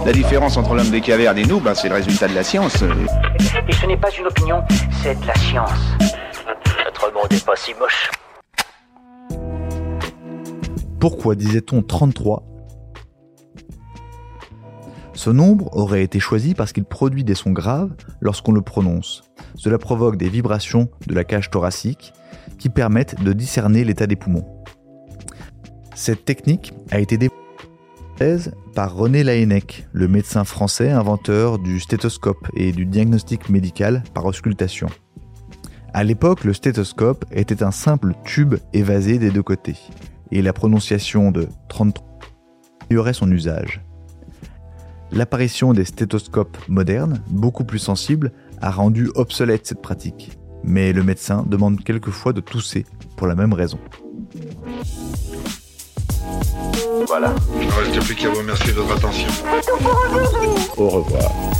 La différence entre l'homme des cavernes et nous, c'est le résultat de la science. Et ce n'est pas une opinion, c'est de la science. Notre monde n'est pas si moche. Pourquoi disait-on 33 ? Ce nombre aurait été choisi parce qu'il produit des sons graves lorsqu'on le prononce. Cela provoque des vibrations de la cage thoracique qui permettent de discerner l'état des poumons. Cette technique a été développée par René Laennec, le médecin français inventeur du stéthoscope et du diagnostic médical par auscultation. À l'époque, le stéthoscope était un simple tube évasé des deux côtés, et la prononciation de 33 améliorait son usage. L'apparition des stéthoscopes modernes, beaucoup plus sensibles, a rendu obsolète cette pratique. Mais le médecin demande quelquefois de tousser pour la même raison. Voilà. Il ne reste plus qu'à vous remercier de votre attention. Au revoir.